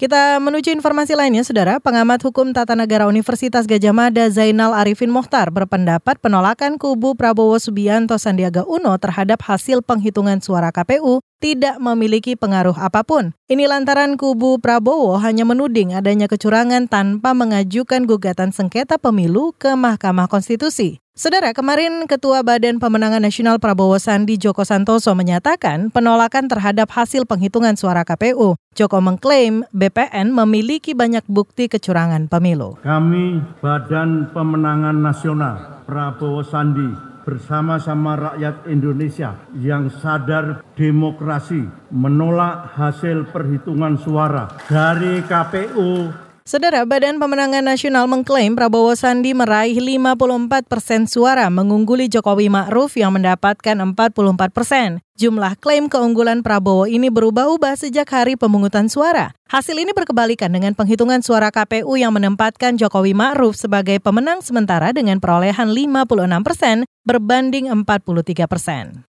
Kita menuju informasi lainnya, Saudara. Pengamat Hukum Tata Negara Universitas Gadjah Mada Zainal Arifin Mokhtar berpendapat penolakan kubu Prabowo Subianto Sandiaga Uno terhadap hasil penghitungan suara KPU tidak memiliki pengaruh apapun. Ini lantaran kubu Prabowo hanya menuding adanya kecurangan tanpa mengajukan gugatan sengketa pemilu ke Mahkamah Konstitusi. Saudara, kemarin Ketua Badan Pemenangan Nasional Prabowo Sandi Djoko Santoso menyatakan penolakan terhadap hasil penghitungan suara KPU. Djoko mengklaim BPN memiliki banyak bukti kecurangan pemilu. Kami Badan Pemenangan Nasional Prabowo Sandi bersama-sama rakyat Indonesia yang sadar demokrasi menolak hasil perhitungan suara dari KPU. Saudara, Badan Pemenangan Nasional mengklaim Prabowo Sandi meraih 54% suara mengungguli Jokowi Ma'ruf yang mendapatkan 44%. Jumlah klaim keunggulan Prabowo ini berubah-ubah sejak hari pemungutan suara. Hasil ini berkebalikan dengan penghitungan suara KPU yang menempatkan Jokowi Ma'ruf sebagai pemenang sementara dengan perolehan 56% berbanding 43%.